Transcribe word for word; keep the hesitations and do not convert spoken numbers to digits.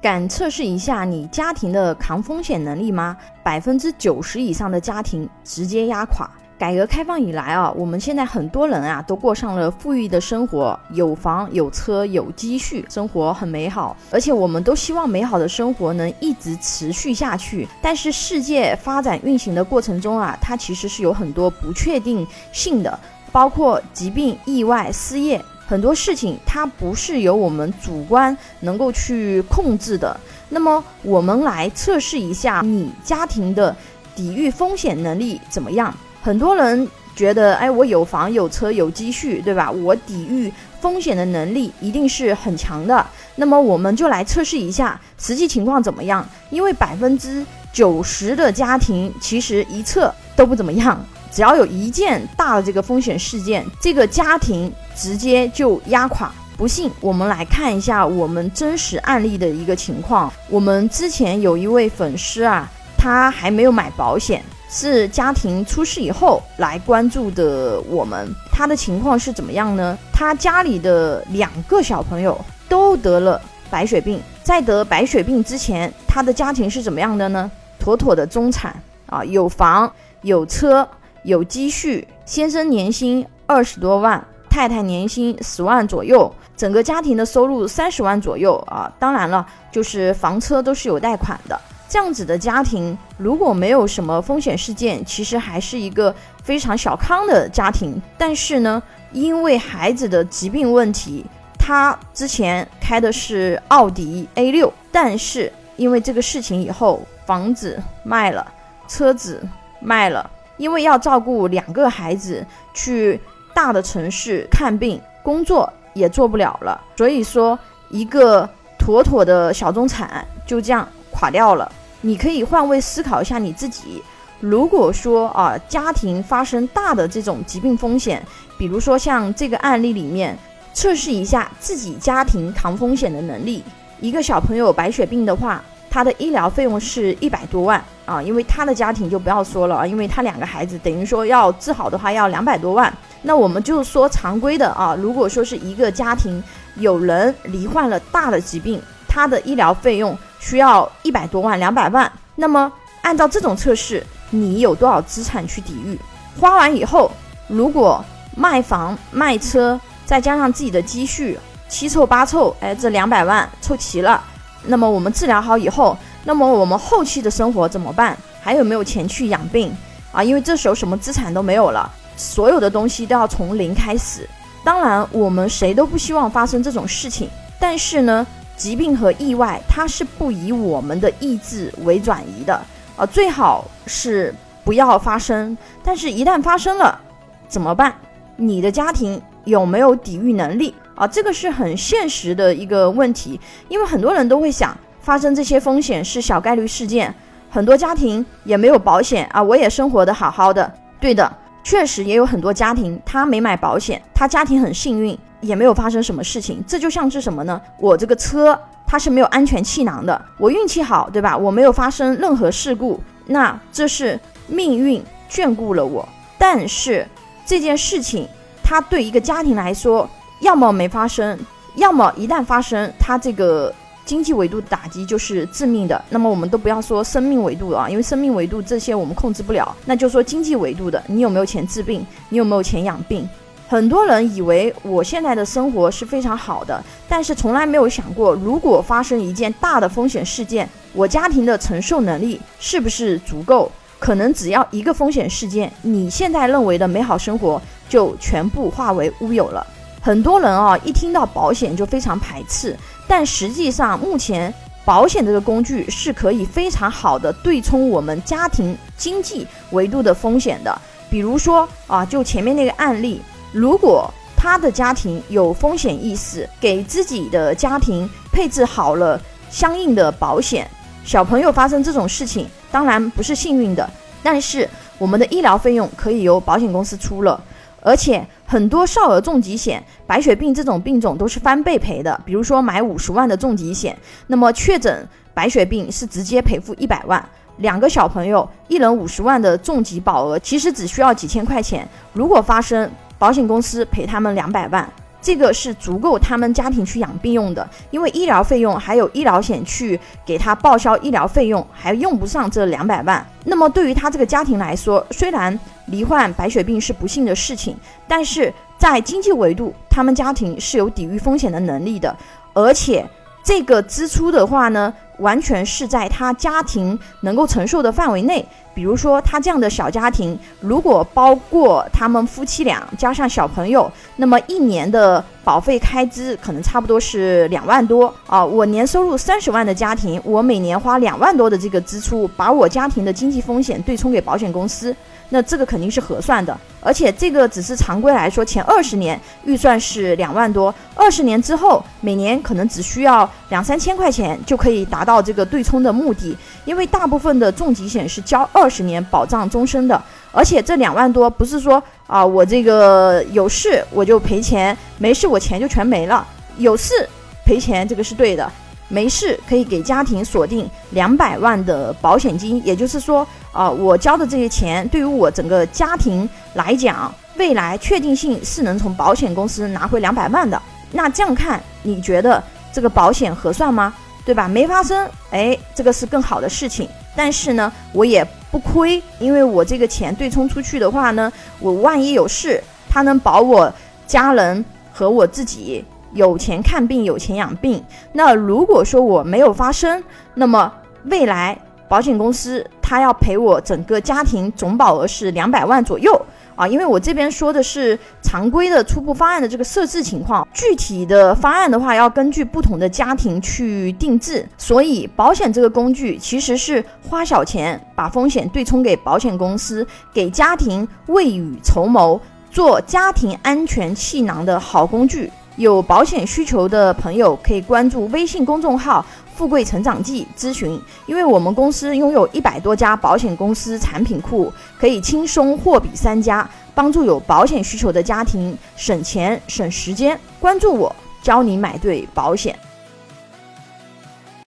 敢测试一下你家庭的抗风险能力吗？百分之九十以上的家庭直接压垮。改革开放以来啊，我们现在很多人啊都过上了富裕的生活，有房有车有积蓄，生活很美好，而且我们都希望美好的生活能一直持续下去。但是世界发展运行的过程中啊，它其实是有很多不确定性的，包括疾病、意外、失业，很多事情它不是由我们主观能够去控制的。那么我们来测试一下你家庭的抵御风险能力怎么样。很多人觉得，哎，我有房有车有积蓄，对吧？我抵御风险的能力一定是很强的。那么我们就来测试一下实际情况怎么样。因为百分之九十的家庭其实一测都不怎么样，只要有一件大的这个风险事件，这个家庭直接就压垮。不信我们来看一下我们真实案例的一个情况。我们之前有一位粉丝啊，他还没有买保险，是家庭出事以后来关注的我们。他的情况是怎么样呢？他家里的两个小朋友都得了白血病，在得白血病之前，他的家庭是怎么样的呢？妥妥的中产啊，有房有车有积蓄，先生年薪二十多万，太太年薪十万左右，整个家庭的收入三十万左右啊。当然了，就是房车都是有贷款的。这样子的家庭如果没有什么风险事件，其实还是一个非常小康的家庭。但是呢，因为孩子的疾病问题，他之前开的是奥迪 A 六， 但是因为这个事情以后，房子卖了，车子卖了，因为要照顾两个孩子，去大的城市看病，工作也做不了了，所以说一个妥妥的小中产就这样垮掉了。你可以换位思考一下你自己，如果说啊，家庭发生大的这种疾病风险，比如说像这个案例里面，测试一下自己家庭抗风险的能力。一个小朋友白血病的话，他的医疗费用是一百多万啊，因为他的家庭就不要说了啊，因为他两个孩子等于说要治好的话要两百多万。那我们就说常规的啊，如果说是一个家庭有人罹患了大的疾病，他的医疗费用需要一百多万两百万，那么按照这种测试，你有多少资产去抵御？花完以后，如果卖房卖车再加上自己的积蓄，七凑八凑，哎，这两百万凑齐了，那么我们治疗好以后，那么我们后期的生活怎么办？还有没有钱去养病啊？因为这时候什么资产都没有了，所有的东西都要从零开始。当然我们谁都不希望发生这种事情，但是呢，疾病和意外它是不以我们的意志为转移的啊，最好是不要发生。但是一旦发生了怎么办？你的家庭有没有抵御能力啊？这个是很现实的一个问题。因为很多人都会想，发生这些风险是小概率事件，很多家庭也没有保险啊，我也生活的好好的。对的，确实也有很多家庭他没买保险，他家庭很幸运，也没有发生什么事情。这就像是什么呢？我这个车它是没有安全气囊的，我运气好，对吧？我没有发生任何事故，那这是命运眷顾了我。但是这件事情它对一个家庭来说，要么没发生，要么一旦发生，它这个经济维度的打击就是致命的。那么我们都不要说生命维度啊，因为生命维度这些我们控制不了，那就说经济维度的，你有没有钱治病，你有没有钱养病。很多人以为我现在的生活是非常好的，但是从来没有想过，如果发生一件大的风险事件，我家庭的承受能力是不是足够？可能只要一个风险事件，你现在认为的美好生活就全部化为乌有了。很多人啊，一听到保险就非常排斥，但实际上目前保险这个工具是可以非常好的对冲我们家庭经济维度的风险的。比如说啊，就前面那个案例，如果他的家庭有风险意识，给自己的家庭配置好了相应的保险，小朋友发生这种事情当然不是幸运的，但是我们的医疗费用可以由保险公司出了。而且很多少额重疾险，白血病这种病种都是翻倍赔的。比如说买五十万的重疾险，那么确诊白血病是直接赔付一百万，两个小朋友一人五十万的重疾保额其实只需要几千块钱，如果发生保险公司赔他们两百万， 这个是足够他们家庭去养病用的，因为医疗费用还有医疗险去给他报销医疗费用，还用不上这两百万。那么对于他这个家庭来说，虽然罹患白血病是不幸的事情，但是在经济维度，他们家庭是有抵御风险的能力的，而且这个支出的话呢，完全是在他家庭能够承受的范围内。比如说他这样的小家庭，如果包括他们夫妻俩加上小朋友，那么一年的保费开支可能差不多是两万多啊。我年收入三十万的家庭，我每年花两万多的这个支出，把我家庭的经济风险对冲给保险公司，那这个肯定是合算的。而且这个只是常规来说，前二十年预算是两万多，二十年之后每年可能只需要两三千块钱就可以达到这个对冲的目的。因为大部分的重疾险是交二十年保障终身的，而且这两万多不是说啊，我这个有事我就赔钱，没事我钱就全没了。有事赔钱这个是对的，没事可以给家庭锁定两百万的保险金，也就是说啊，我交的这些钱对于我整个家庭来讲，未来确定性是能从保险公司拿回两百万的。那这样看，你觉得这个保险合算吗？对吧？没发生，哎，这个是更好的事情。但是呢，我也不亏，因为我这个钱对冲出去的话呢，我万一有事，它能保我家人和我自己有钱看病，有钱养病。那如果说我没有发生，那么未来保险公司它要赔我整个家庭总保额是两百万左右啊，因为我这边说的是常规的初步方案的这个设置情况，具体的方案的话要根据不同的家庭去定制。所以保险这个工具其实是花小钱把风险对冲给保险公司，给家庭未雨绸缪，做家庭安全气囊的好工具。有保险需求的朋友可以关注微信公众号富贵成长记咨询，因为我们公司拥有一百多家保险公司产品库，可以轻松货比三家，帮助有保险需求的家庭省钱省时间。关注我，教你买对保险。